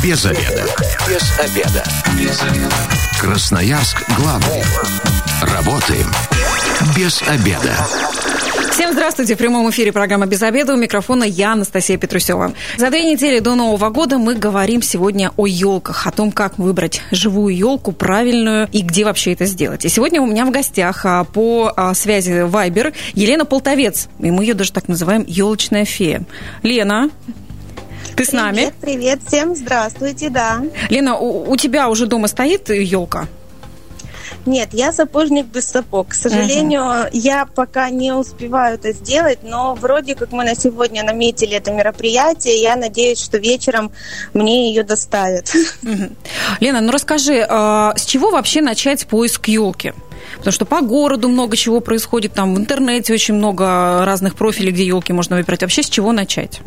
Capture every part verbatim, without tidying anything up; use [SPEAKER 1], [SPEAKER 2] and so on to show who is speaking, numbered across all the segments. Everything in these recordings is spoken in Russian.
[SPEAKER 1] Без обеда. Без обеда. Без обеда. Красноярск главный. Работаем без обеда.
[SPEAKER 2] Всем здравствуйте. В прямом эфире программа «Без обеда». У микрофона я, Анастасия Петрусева. За две недели до Нового года мы говорим сегодня о елках, о том, как выбрать живую елку, правильную, и где вообще это сделать. И сегодня у меня в гостях по связи Viber Елена Полтовец. И мы ее даже так называем «Елочная фея». Лена, ты с нами?
[SPEAKER 3] Привет, привет. Всем здравствуйте, да.
[SPEAKER 2] Лена, у, у тебя уже дома стоит елка?
[SPEAKER 3] Нет, я сапожник без сапог. К сожалению, uh-huh. я пока не успеваю это сделать, но вроде как мы на сегодня наметили это мероприятие, я надеюсь, что вечером мне ее доставят.
[SPEAKER 2] Uh-huh. Лена, ну расскажи, а с чего вообще начать поиск елки? Потому что по городу много чего происходит, там в интернете очень много разных профилей, где елки можно выбирать. Вообще с чего начать?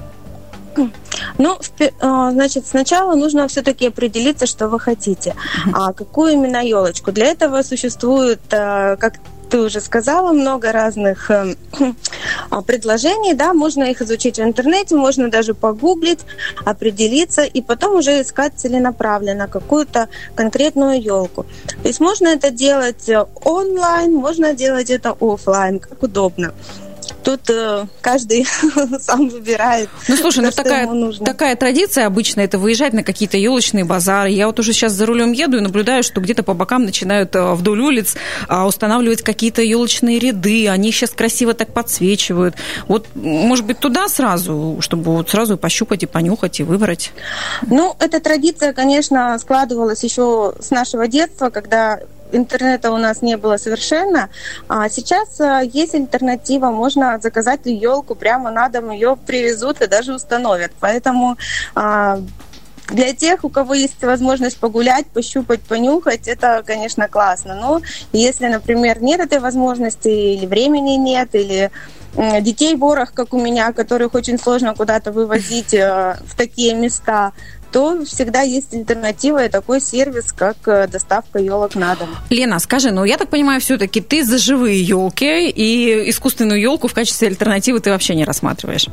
[SPEAKER 3] Ну, значит, сначала нужно все-таки определиться, что вы хотите. А какую именно елочку? Для этого существует, как ты уже сказала, много разных предложений, да, можно их изучить в интернете, можно даже погуглить, определиться и потом уже искать целенаправленно какую-то конкретную елку. То есть можно это делать онлайн, можно делать это офлайн, как удобно. Тут э, каждый сам выбирает.
[SPEAKER 2] Ну, слушай, ну такая, такая традиция обычно, это выезжать на какие-то елочные базары. Я вот уже сейчас за рулем еду и наблюдаю, что где-то по бокам начинают вдоль улиц устанавливать какие-то елочные ряды. Они сейчас красиво так подсвечивают. Вот, может быть, туда сразу, чтобы вот сразу пощупать и понюхать и выбрать?
[SPEAKER 3] Ну, эта традиция, конечно, складывалась еще с нашего детства, когда интернета у нас не было совершенно. А сейчас есть альтернатива. Можно заказать елку прямо на дом, ее привезут и даже установят. Поэтому а, для тех, у кого есть возможность погулять, пощупать, понюхать, это, конечно, классно. Но если, например, нет этой возможности, или времени нет, или детей ворох, как у меня, которых очень сложно куда-то вывозить в такие места, то всегда есть альтернатива и такой сервис, как доставка елок на дом.
[SPEAKER 2] Лена, скажи, ну я так понимаю, все-таки ты за живые елки, и искусственную елку в качестве альтернативы ты вообще не рассматриваешь?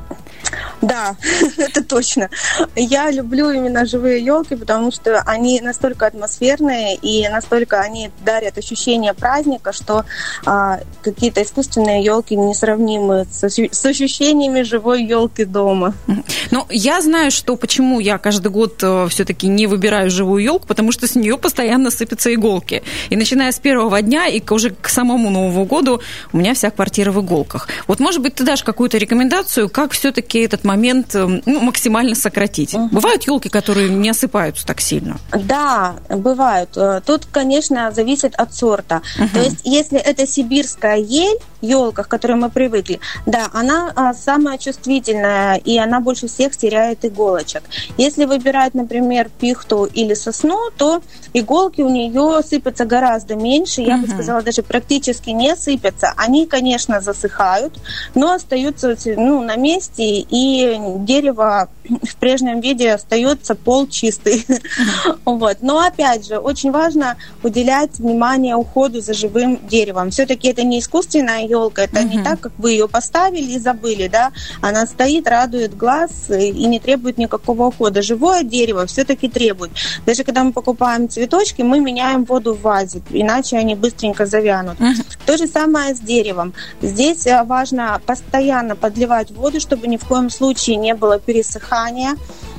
[SPEAKER 3] Да, это точно. Я люблю именно живые елки, потому что они настолько атмосферные и настолько они дарят ощущение праздника, что а, какие-то искусственные елки несравнимы с, с ощущениями живой елки дома.
[SPEAKER 2] Ну, я знаю, что почему я каждый год все-таки не выбираю живую елку, потому что с нее постоянно сыпятся иголки. И начиная с первого дня и уже к самому Новому году у меня вся квартира в иголках. Вот, может быть, ты дашь какую-то рекомендацию, как все-таки этот момент ну, максимально сократить? Угу. Бывают елки, которые не осыпаются так сильно?
[SPEAKER 3] Да, бывают. Тут, конечно, зависит от сорта. Угу. То есть, если это сибирская ель, елка, к которой мы привыкли, да, она самая чувствительная, и она больше всех теряет иголочек. Если выбирать, например, пихту или сосну, то иголки у нее сыпятся гораздо меньше, я uh-huh. бы сказала, даже практически не сыпятся. Они, конечно, засыхают, но остаются ну, на месте, и дерево в прежнем виде остается пол чистый. Uh-huh. Вот. Но, опять же, очень важно уделять внимание уходу за живым деревом. Все-таки это не искусственная елка, это uh-huh. не так, как вы ее поставили и забыли, да, она стоит, радует глаз и не требует никакого ухода. Живое дерево все-таки требует. Даже когда мы покупаем цветочки, мы меняем воду в вазе, иначе они быстренько завянут. Uh-huh. То же самое с деревом. Здесь важно постоянно подливать воду, чтобы ни в коем случае не было пересыхания,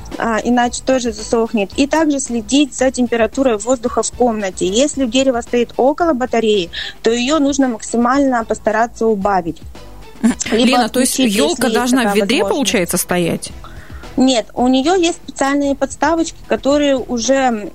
[SPEAKER 3] иначе тоже засохнет. И также следить за температурой воздуха в комнате. Если дерево стоит около батареи, то ее нужно максимально постараться убавить.
[SPEAKER 2] Либо Лена, то есть елка должна в ведре, получается, стоять?
[SPEAKER 3] Нет, у нее есть специальные подставочки, которые уже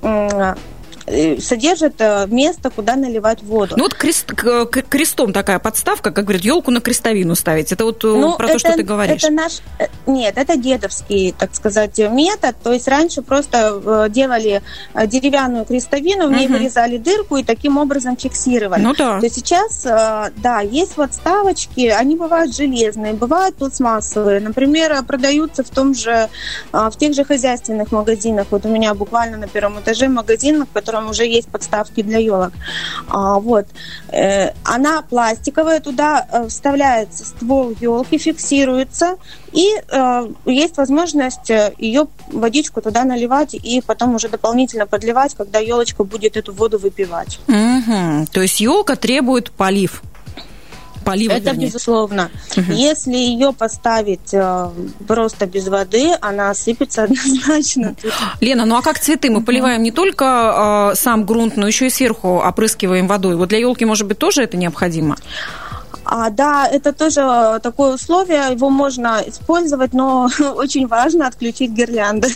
[SPEAKER 3] содержит место, куда наливать воду.
[SPEAKER 2] Ну вот крест, крестом такая подставка, как говорят, елку на крестовину ставить. Это вот ну, про
[SPEAKER 3] это,
[SPEAKER 2] то, что ты говоришь.
[SPEAKER 3] Это наш, нет, это дедовский, так сказать, метод. То есть раньше просто делали деревянную крестовину, в ней uh-huh. вырезали дырку и таким образом фиксировали.
[SPEAKER 2] Ну да.
[SPEAKER 3] То сейчас, да, есть подставочки, они бывают железные, бывают пластмассовые. Например, продаются в том же, в тех же хозяйственных магазинах. Вот у меня буквально на первом этаже магазин, в котором котором уже есть подставки для елок. А, вот. Э, она пластиковая, туда э, вставляется ствол елки, фиксируется, и э, есть возможность ее водичку туда наливать и потом уже дополнительно подливать, когда елочка будет эту воду выпивать.
[SPEAKER 2] Угу. То есть елка требует полив. Полива,
[SPEAKER 3] Это
[SPEAKER 2] вернее.
[SPEAKER 3] безусловно.
[SPEAKER 2] Угу.
[SPEAKER 3] Если ее поставить э, просто без воды, она осыпется однозначно.
[SPEAKER 2] Лена, ну а как цветы? Мы поливаем не только э, сам грунт, но еще и сверху опрыскиваем водой. Вот для елки, может быть, тоже это необходимо?
[SPEAKER 3] А, да, это тоже такое условие, его можно использовать, но очень важно отключить гирлянды.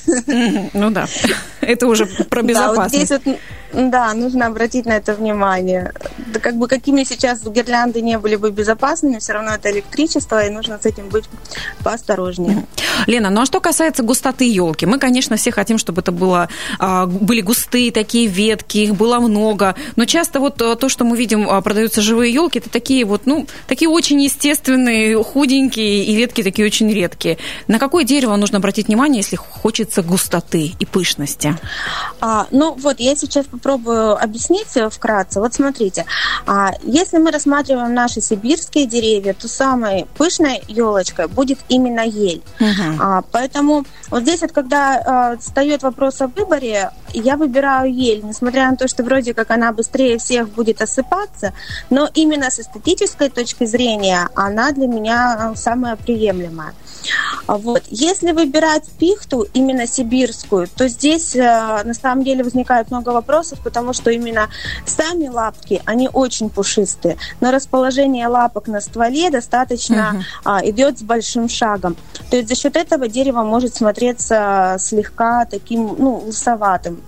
[SPEAKER 2] Ну да, это уже про безопасность.
[SPEAKER 3] Да, вот здесь вот, да, нужно обратить на это внимание. Да, как бы какими сейчас гирлянды не были бы безопасными, все равно это электричество, и нужно с этим быть поосторожнее.
[SPEAKER 2] Лена, ну а что касается густоты елки? Мы, конечно, все хотим, чтобы это было, были густые такие ветки, их было много, но часто вот то, что мы видим, продаются живые елки, это такие вот, ну, такие очень естественные, худенькие, и ветки такие очень редкие. На какое дерево нужно обратить внимание, если хочется густоты и пышности?
[SPEAKER 3] А, ну вот, я сейчас попробую объяснить вкратце. Вот смотрите, а, если мы рассматриваем наши сибирские деревья, то самой пышной елочкой будет именно ель. Угу. А, поэтому вот здесь вот, когда а, встает вопрос о выборе, я выбираю ель, несмотря на то, что вроде как она быстрее всех будет осыпаться, но именно с эстетической точки зрения она для меня самая приемлемая. Вот. Если выбирать пихту, именно сибирскую, то здесь на самом деле возникает много вопросов, потому что именно сами лапки, они очень пушистые, но расположение лапок на стволе достаточно uh-huh. а, идет с большим шагом. То есть за счет этого дерево может смотреться слегка таким, ну, лысоватым.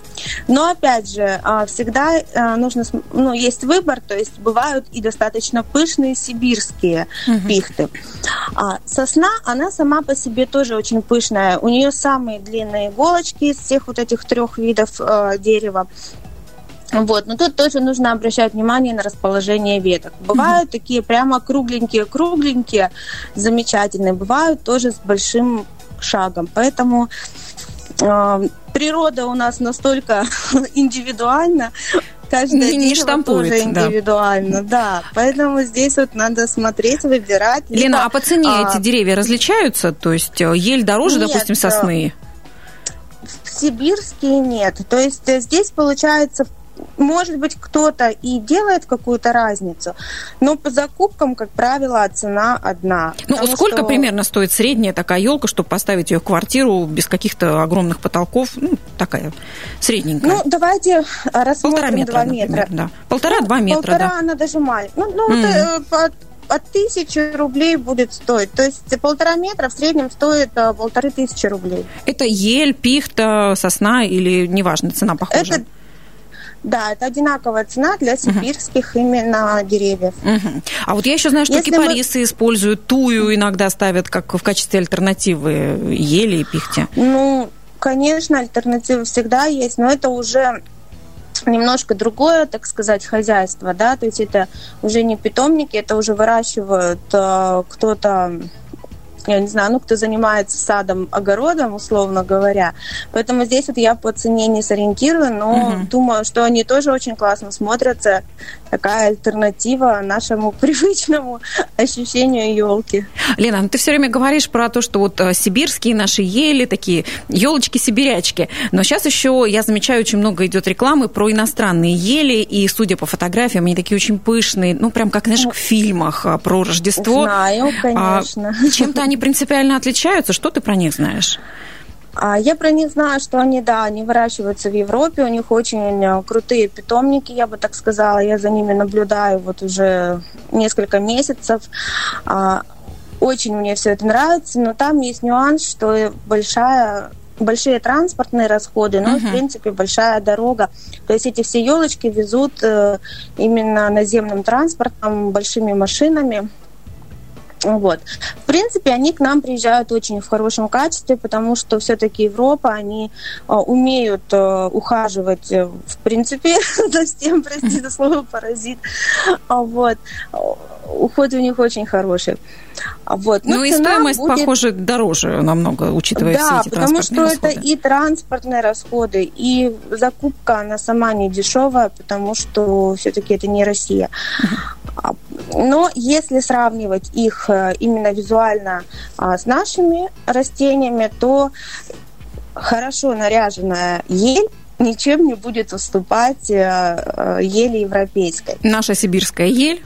[SPEAKER 3] Но, опять же, всегда нужно, ну, есть выбор, то есть бывают и достаточно пышные сибирские uh-huh. пихты. А сосна, она сама по себе тоже очень пышная. У нее самые длинные иголочки из всех вот этих трех видов э, дерева. Вот, но тут тоже нужно обращать внимание на расположение веток. Бывают uh-huh. такие прямо кругленькие-кругленькие, замечательные. Бывают тоже с большим шагом. Поэтому э, природа у нас настолько индивидуальна, каждое
[SPEAKER 2] не
[SPEAKER 3] дерево тоже индивидуально, да. да. Поэтому здесь вот надо смотреть, выбирать.
[SPEAKER 2] Лена, либо, а по цене а, эти деревья различаются? То есть ель дороже, нет, допустим, сосны?
[SPEAKER 3] Сибирские нет. То есть здесь получается, может быть, кто-то и делает какую-то разницу, но по закупкам, как правило, цена одна.
[SPEAKER 2] Ну, сколько что... примерно стоит средняя такая елка, чтобы поставить ее в квартиру без каких-то огромных потолков? Ну, такая средненькая.
[SPEAKER 3] Ну, давайте рассмотрим
[SPEAKER 2] Полтора метра,
[SPEAKER 3] два метра.
[SPEAKER 2] Например, да. Полтора-два
[SPEAKER 3] ну,
[SPEAKER 2] метра,
[SPEAKER 3] полтора,
[SPEAKER 2] да.
[SPEAKER 3] она даже маленькая. Ну, ну mm. вот, по, от тысячи рублей будет стоить. То есть полтора метра в среднем стоит а, полторы тысячи рублей.
[SPEAKER 2] Это ель, пихта, сосна или, неважно, цена похожа? Это...
[SPEAKER 3] Да, это одинаковая цена для сибирских uh-huh. именно деревьев.
[SPEAKER 2] Uh-huh. А вот я еще знаю, что Если кипарисы мы... используют, тую иногда ставят как в качестве альтернативы ели и пихте.
[SPEAKER 3] Ну, конечно, альтернативы всегда есть, но это уже немножко другое, так сказать, хозяйство, да, то есть это уже не питомники, это уже выращивают э, кто-то, я не знаю, ну, кто занимается садом, огородом, условно говоря. Поэтому здесь вот я по цене не сориентирую, но uh-huh. думаю, что они тоже очень классно смотрятся. Такая альтернатива нашему привычному ощущению елки.
[SPEAKER 2] Лена, ну ты все время говоришь про то, что вот сибирские наши ели, такие елочки-сибирячки. Но сейчас еще я замечаю, очень много идет рекламы про иностранные ели, и, судя по фотографиям, они такие очень пышные, ну, прям как, знаешь, в фильмах про Рождество.
[SPEAKER 3] Знаю, конечно.
[SPEAKER 2] А, чем-то они принципиально отличаются? Что ты про них знаешь?
[SPEAKER 3] Я про них знаю, что они, да, они выращиваются в Европе, у них очень крутые питомники, я бы так сказала, я за ними наблюдаю вот уже несколько месяцев. Очень мне все это нравится, но там есть нюанс, что большая... большие транспортные расходы, но, uh-huh. в принципе, большая дорога. То есть эти все елочки везут именно наземным транспортом, большими машинами. Вот. В принципе, они к нам приезжают очень в хорошем качестве, потому что все-таки Европа, они а, умеют а, ухаживать, в принципе, за всем, прости за слово, паразит. А, вот. Уход у них очень хороший. А, вот.
[SPEAKER 2] Ну и стоимость, будет... похоже, дороже намного, учитывая
[SPEAKER 3] да,
[SPEAKER 2] все эти транспортные расходы.
[SPEAKER 3] Да, потому что это и транспортные расходы, и закупка, она сама не дешевая, потому что все-таки это не Россия. Uh-huh. Но если сравнивать их именно визуально а, с нашими растениями, то хорошо наряженная ель ничем не будет уступать а, ели европейской.
[SPEAKER 2] Наша сибирская ель.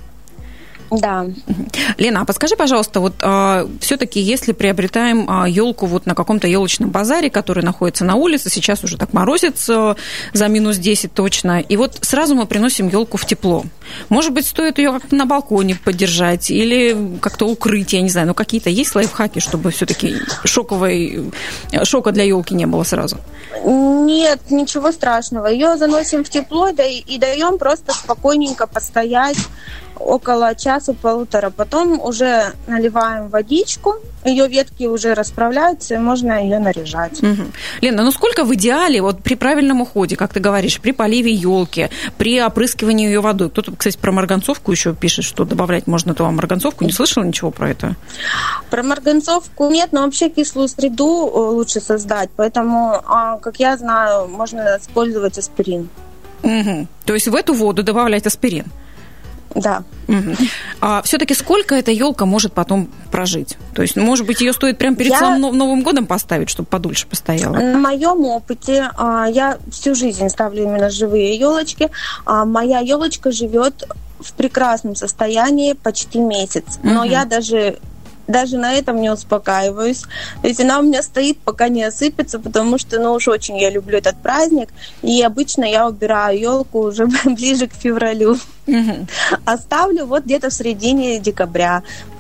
[SPEAKER 3] Да.
[SPEAKER 2] Лена, а подскажи, пожалуйста, вот а, все-таки, если приобретаем а, елку вот на каком-то елочном базаре, который находится на улице, сейчас уже так морозится за минус десять точно, и вот сразу мы приносим елку в тепло. Может быть, стоит ее как-то на балконе поддержать или как-то укрыть, я не знаю, но какие-то есть лайфхаки, чтобы все-таки шоковой шока для елки не было сразу?
[SPEAKER 3] Нет, ничего страшного. Ее заносим в тепло и даем просто спокойненько постоять около часа-полутора. Потом уже наливаем водичку, ее ветки уже расправляются, и можно ее наряжать.
[SPEAKER 2] Угу. Лена, ну сколько в идеале вот при правильном уходе, как ты говоришь, при поливе елки, при опрыскивании ее водой? Кто-то, кстати, про марганцовку еще пишет, что добавлять можно туда марганцовку. Не слышала ничего про это?
[SPEAKER 3] Про марганцовку нет, но вообще кислую среду лучше создать. Поэтому, как я знаю, можно использовать аспирин.
[SPEAKER 2] Угу. То есть в эту воду добавлять аспирин?
[SPEAKER 3] Да.
[SPEAKER 2] Угу. А все-таки сколько эта елка может потом прожить? То есть, может быть, ее стоит прямо перед
[SPEAKER 3] я...
[SPEAKER 2] самым Новым годом поставить, чтобы подольше постояла?
[SPEAKER 3] На моем опыте я всю жизнь ставлю именно живые елочки. Моя елочка живет в прекрасном состоянии почти месяц. Но угу. я даже... Даже на этом не успокаиваюсь. То есть она у меня стоит, пока не осыпется, потому что, ну уж очень я люблю этот праздник. И обычно я убираю елку уже ближе к февралю. Угу. Оставлю вот где-то в середине декабря.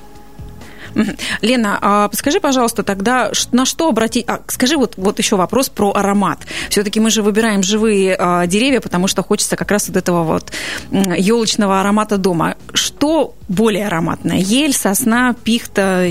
[SPEAKER 2] Лена, а скажи, пожалуйста, тогда на что обратить... А, скажи вот, вот еще вопрос про аромат. Все-таки мы же выбираем живые а, деревья, потому что хочется как раз вот этого вот елочного аромата дома. Что более ароматное? Ель, сосна, пихта?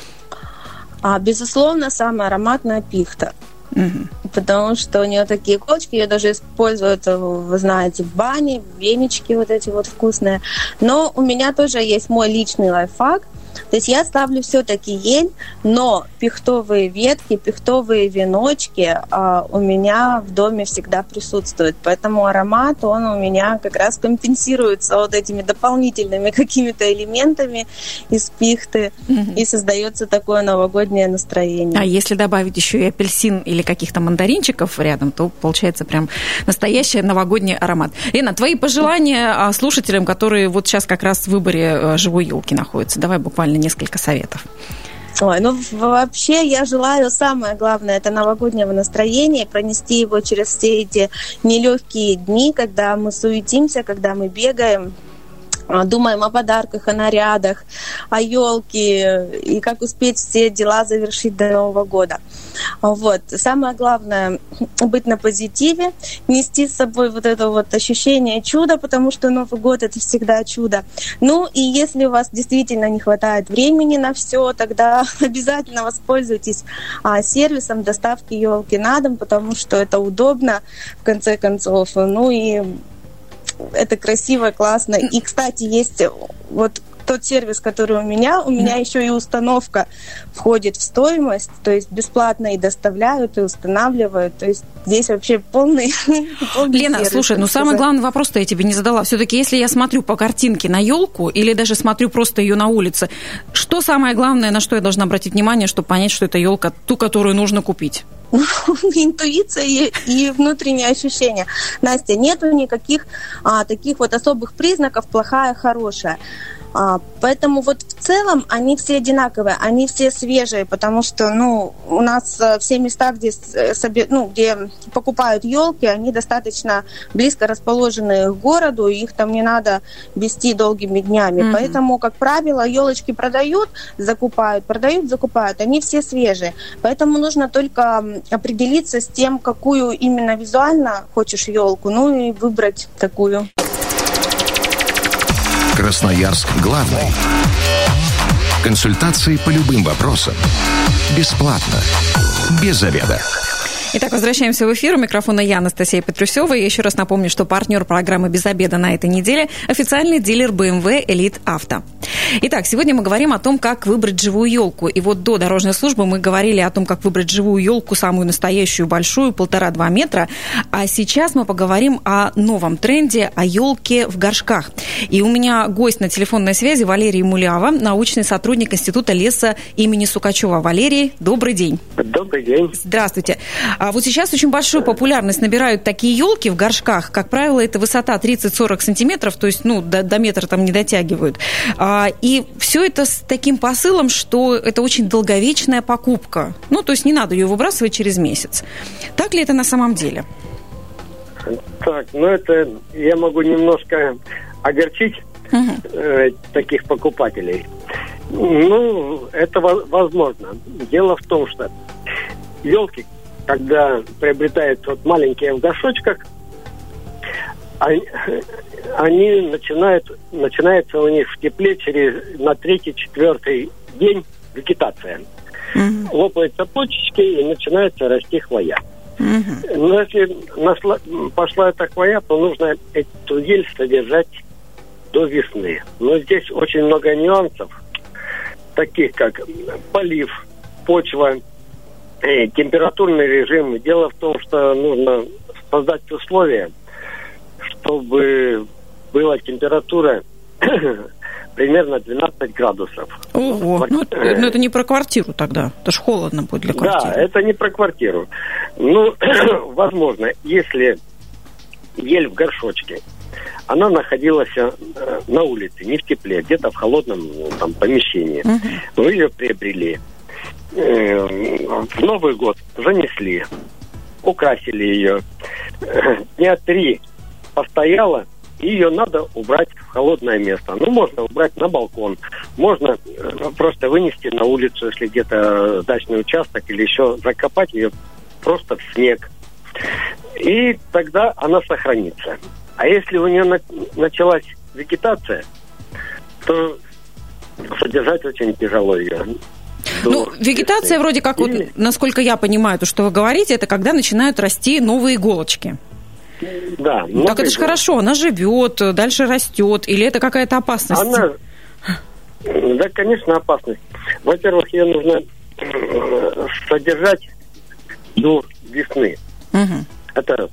[SPEAKER 3] А, безусловно, самая ароматная пихта. Угу. Потому что у нее такие иголочки, ее даже используют, вы знаете, в бане, венички вот эти вот вкусные. Но у меня тоже есть мой личный лайфхак. То есть я ставлю все-таки ель, но пихтовые ветки, пихтовые веночки а, у меня в доме всегда присутствуют. Поэтому аромат, он у меня как раз компенсируется вот этими дополнительными какими-то элементами из пихты, угу. и создается такое новогоднее настроение.
[SPEAKER 2] А если добавить еще и апельсин или каких-то мандаринчиков рядом, то получается прям настоящий новогодний аромат. Лена, твои пожелания слушателям, которые вот сейчас как раз в выборе живой елки находятся? Давай буквально несколько советов.
[SPEAKER 3] Ой, ну вообще я желаю, самое главное, это новогоднего настроения, пронести его через все эти нелегкие дни, когда мы суетимся, когда мы бегаем, думаем о подарках, о нарядах, о елке и как успеть все дела завершить до Нового года. Вот. Самое главное — быть на позитиве, нести с собой вот это вот ощущение чуда, потому что Новый год — это всегда чудо. Ну и если у вас действительно не хватает времени на все, тогда обязательно воспользуйтесь а, сервисом доставки елки на дом, потому что это удобно, в конце концов. Ну и это красиво, классно. И, кстати, есть вот тот сервис, который у меня, у меня еще и установка входит в стоимость, то есть бесплатно и доставляют, и устанавливают. То есть здесь вообще полный, полный
[SPEAKER 2] Лена,
[SPEAKER 3] сервис,
[SPEAKER 2] слушай, ну
[SPEAKER 3] сказать.
[SPEAKER 2] Самый главный вопрос-то я тебе не задала. Все-таки, если я смотрю по картинке на елку или даже смотрю просто ее на улице, что самое главное, на что я должна обратить внимание, чтобы понять, что это елка, ту, которую нужно купить?
[SPEAKER 3] Интуиция и, и внутренние ощущения. Настя, нету никаких а, таких вот особых признаков плохая, хорошая. А, поэтому вот в целом они все одинаковые, они все свежие, потому что, ну, у нас все места, где, ну, где покупают елки, они достаточно близко расположены к городу, и их там не надо везти долгими днями. Mm-hmm. Поэтому, как правило, елочки продают, закупают, продают, закупают, они все свежие. Поэтому нужно только определиться с тем, какую именно визуально хочешь елку, ну и выбрать такую.
[SPEAKER 1] Красноярск главный. Консультации по любым вопросам. Бесплатно. Без заведа.
[SPEAKER 2] Итак, возвращаемся в эфир. У микрофона я, Анастасия Петрусева. Я еще раз напомню, что партнер программы «Без обеда» на этой неделе – официальный дилер бэ эм вэ «Элит Авто». Итак, сегодня мы говорим о том, как выбрать живую елку. И вот до дорожной службы мы говорили о том, как выбрать живую елку, самую настоящую, большую, полтора-два метра. А сейчас мы поговорим о новом тренде, о елке в горшках. И у меня гость на телефонной связи Валерий Мулява, научный сотрудник Института леса имени Сукачева. Валерий, добрый день.
[SPEAKER 4] Добрый день.
[SPEAKER 2] Здравствуйте. А вот сейчас очень большую популярность набирают такие елки в горшках. Как правило, это высота тридцать-сорок сантиметров, то есть ну, до, до метра там не дотягивают. А, и все это с таким посылом, что это очень долговечная покупка. Ну, то есть не надо ее выбрасывать через месяц. Так ли это на самом деле?
[SPEAKER 4] Так, ну это я могу немножко огорчить угу. э, таких покупателей. Ну, это возможно. Дело в том, что елки, когда приобретаются вот маленькие в горшочках, они, они начинают, начинается у них в тепле через на третий-четвертый день вегетация. Mm-hmm. Лопаются почечки и начинается расти хвоя. Mm-hmm. Но если нашла, пошла эта хвоя, то нужно эту ель содержать до весны. Но здесь очень много нюансов, таких как полив, почва, температурный режим. Дело в том, что нужно создать условия, чтобы была температура примерно двенадцать градусов.
[SPEAKER 2] Ого, ну, ну это не про квартиру тогда, это ж холодно будет для квартиры.
[SPEAKER 4] Да, это не про квартиру. Ну, возможно, если ель в горшочке, она находилась на улице, не в тепле, где-то в холодном там, помещении. Угу. Вы ее приобрели. В Новый год занесли, украсили ее, дня три постояла, и ее надо убрать в холодное место. Ну, можно убрать на балкон, можно просто вынести на улицу, если где-то дачный участок, или еще закопать ее просто в снег. И тогда она сохранится. А если у нее на- началась вегетация, то содержать очень тяжело ее.
[SPEAKER 2] Ну, вегетация если... вроде как, Или... вот, насколько я понимаю, то, что вы говорите, это когда начинают расти новые иголочки.
[SPEAKER 4] Да.
[SPEAKER 2] Так это же хорошо, она живет, дальше растет, или это какая-то опасность?
[SPEAKER 4] Она... Да, конечно, опасность. Во-первых, ее нужно содержать до весны. Угу. Это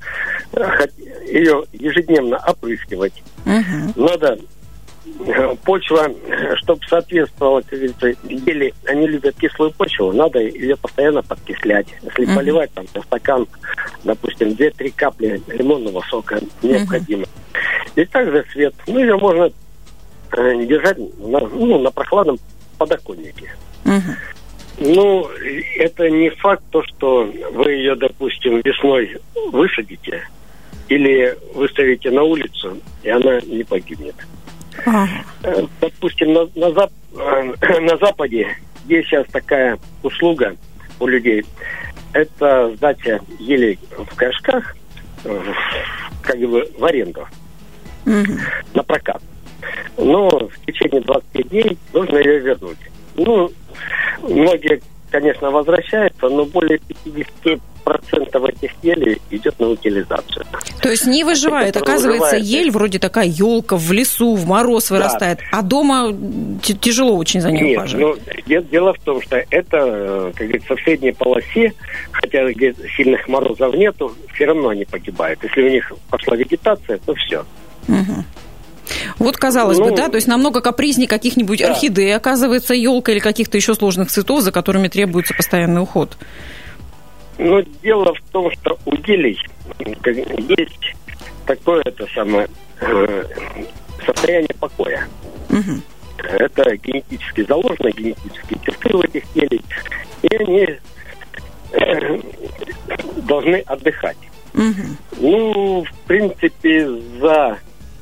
[SPEAKER 4] ее ежедневно опрыскивать. Угу. Надо почва, чтобы соответствовала, как говорится, ели, они любят кислую почву, надо ее постоянно подкислять. Если uh-huh. поливать там на стакан, допустим, две-три капли лимонного сока необходимо. Uh-huh. И также свет. Ну, ее можно э, держать на, ну, на прохладном подоконнике. Uh-huh. Ну, это не факт то, что вы ее, допустим, весной высадите или выставите на улицу, и она не погибнет. Ага. Допустим, на, на, зап, на Западе есть сейчас такая услуга у людей. Это сдача елей в горшках как бы в аренду, угу. на прокат. Но в течение двадцати дней нужно ее вернуть. Ну, многие, конечно, возвращаются, но более пятьдесят процентов этих елей идет на утилизацию.
[SPEAKER 2] То есть не выживает. Это Оказывается, ель вроде такая елка в лесу, в мороз вырастает, да. а дома тяжело очень за ней ухаживать.
[SPEAKER 4] Ну, дело в том, что это, как говорится, в средней полосе, хотя сильных морозов нету, все равно они погибают. Если у них пошла вегетация, то все.
[SPEAKER 2] Угу. Вот, казалось ну, бы, да, то есть намного капризнее каких-нибудь да. орхидей, оказывается, елка или каких-то еще сложных цветов, за которыми требуется постоянный уход.
[SPEAKER 4] Но дело в том, что у елей есть такое это самое э, состояние покоя. Угу. Это генетически заложено, генетические черты у этих елей, и они э, должны отдыхать. Угу. Ну, в принципе, за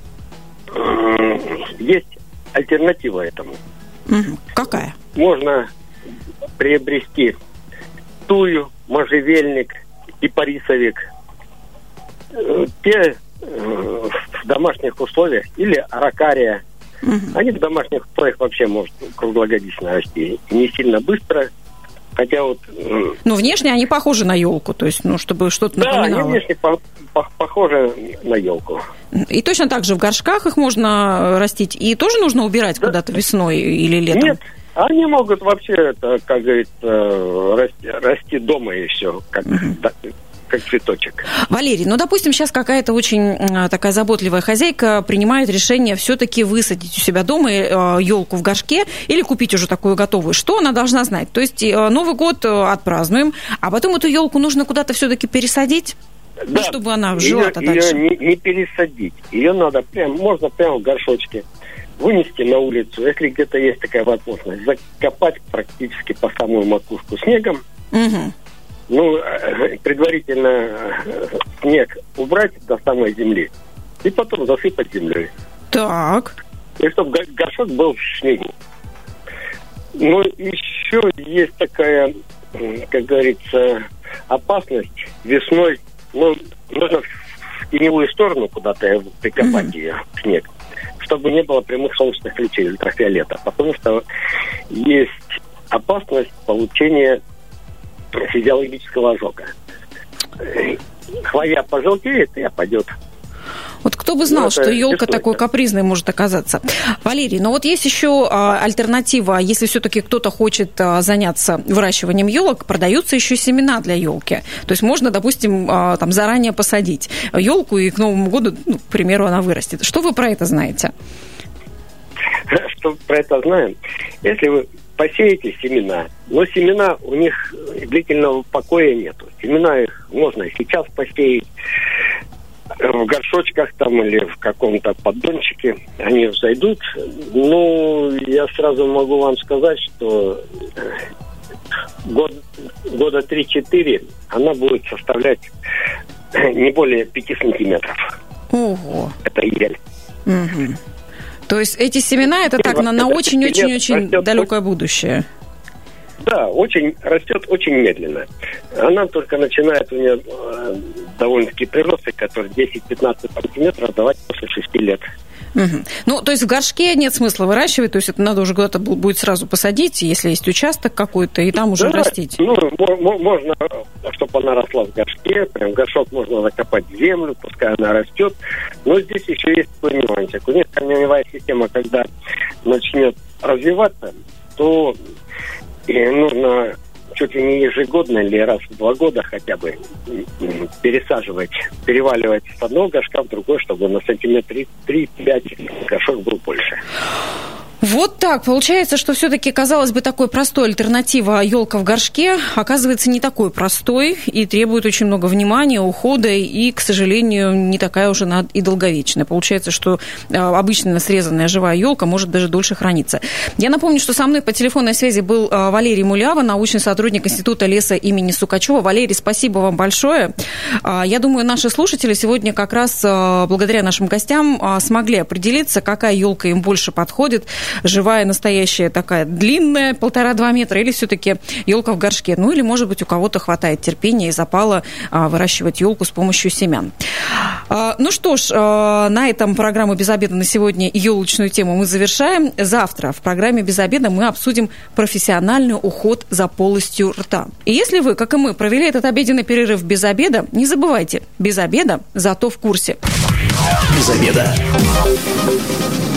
[SPEAKER 4] э, есть альтернатива этому.
[SPEAKER 2] Угу. Какая?
[SPEAKER 4] Можно приобрести тую, можжевельник, кипарисовик. Те э, в домашних условиях, или аракария. Угу. Они в домашних условиях вообще может круглогодично расти. Не сильно быстро, хотя вот...
[SPEAKER 2] Ну, внешне они похожи на елку, то есть, ну, чтобы что-то
[SPEAKER 4] да,
[SPEAKER 2] напоминало.
[SPEAKER 4] Да, они внешне по- по- похожи на елку.
[SPEAKER 2] И точно так же в горшках их можно растить, и тоже нужно убирать да. куда-то весной или летом?
[SPEAKER 4] Нет, они могут вообще, это, как говорится, расти, расти дома и все, как... Угу. Да, как цветочек.
[SPEAKER 2] Валерий, ну, допустим, сейчас какая-то очень такая заботливая хозяйка принимает решение все-таки высадить у себя дома елку в горшке или купить уже такую готовую. Что она должна знать? То есть Новый год отпразднуем, а потом эту елку нужно куда-то все-таки пересадить? Да. Ну, чтобы она жила-то
[SPEAKER 4] ее,
[SPEAKER 2] дальше.
[SPEAKER 4] Ее не, не пересадить. Ее надо прям, можно прямо в горшочке вынести на улицу. Если где-то есть такая возможность, закопать практически по самую макушку снегом. Угу. Ну, предварительно снег убрать до самой земли и потом засыпать землей.
[SPEAKER 2] Так.
[SPEAKER 4] И чтобы горшок был в снегу. Ну, еще есть такая, как говорится, опасность весной. Ну, нужно в теневую сторону куда-то прикопать mm-hmm. ее, снег, чтобы не было прямых солнечных лучей ультрафиолета. Потому что есть опасность получения физиологического ожога. Хвоя пожелтеет и опадет.
[SPEAKER 2] Вот кто бы знал, ну, что елка такой капризной может оказаться. Валерий, но вот есть еще а, альтернатива. Если все-таки кто-то хочет а, заняться выращиванием елок, продаются еще семена для елки. То есть можно, допустим, а, там заранее посадить елку, и к Новому году, ну, к примеру, она вырастет. Что вы про это знаете?
[SPEAKER 4] Что про это знаем? Если вы посеете семена, но семена, у них длительного покоя нету. Семена их можно и сейчас посеять в горшочках там или в каком-то поддончике. Они взойдут. Ну, я сразу могу вам сказать, что год, года три-четыре она будет составлять не более пяти сантиметров.
[SPEAKER 2] Ого.
[SPEAKER 4] Это ель.
[SPEAKER 2] Угу. То есть эти семена это так на, на очень-очень-очень далекое будущее.
[SPEAKER 4] Да, очень растет очень медленно. Она только начинает у нее э, довольно-таки приросты, которые десять-пятнадцать сантиметров давать после шести лет.
[SPEAKER 2] Угу. Ну, то есть в горшке нет смысла выращивать, то есть это надо уже куда-то будет сразу посадить, если есть участок какой-то, и там уже да, растить.
[SPEAKER 4] Ну, можно, чтобы она росла в горшке, прям горшок можно закопать в землю, пускай она растет. Но здесь еще есть такой нюансик. У них корневая система, когда начнет развиваться, то и нужно чуть ли не ежегодно или раз в два года хотя бы пересаживать, переваливать с одного горшка в другой, чтобы на сантиметр три-пять горшок был больше.
[SPEAKER 2] Вот так. Получается, что все-таки, казалось бы, такой простой альтернатива елка в горшке оказывается не такой простой и требует очень много внимания, ухода и, к сожалению, не такая уже и долговечная. Получается, что обычно срезанная живая елка может даже дольше храниться. Я напомню, что со мной по телефонной связи был Валерий Мулява, научный сотрудник Института леса имени Сукачева. Валерий, спасибо вам большое. Я думаю, наши слушатели сегодня как раз благодаря нашим гостям смогли определиться, какая елка им больше подходит. Живая, настоящая, такая длинная, полтора-два метра, или все-таки елка в горшке. Ну, или, может быть, у кого-то хватает терпения и запала а, выращивать елку с помощью семян. А, ну что ж, а, на этом программу «Без обеда» на сегодня елочную тему мы завершаем. Завтра в программе «Без обеда» мы обсудим профессиональный уход за полостью рта. И если вы, как и мы, провели этот обеденный перерыв без обеда, не забывайте, без обеда, зато в курсе.
[SPEAKER 1] Без обеда.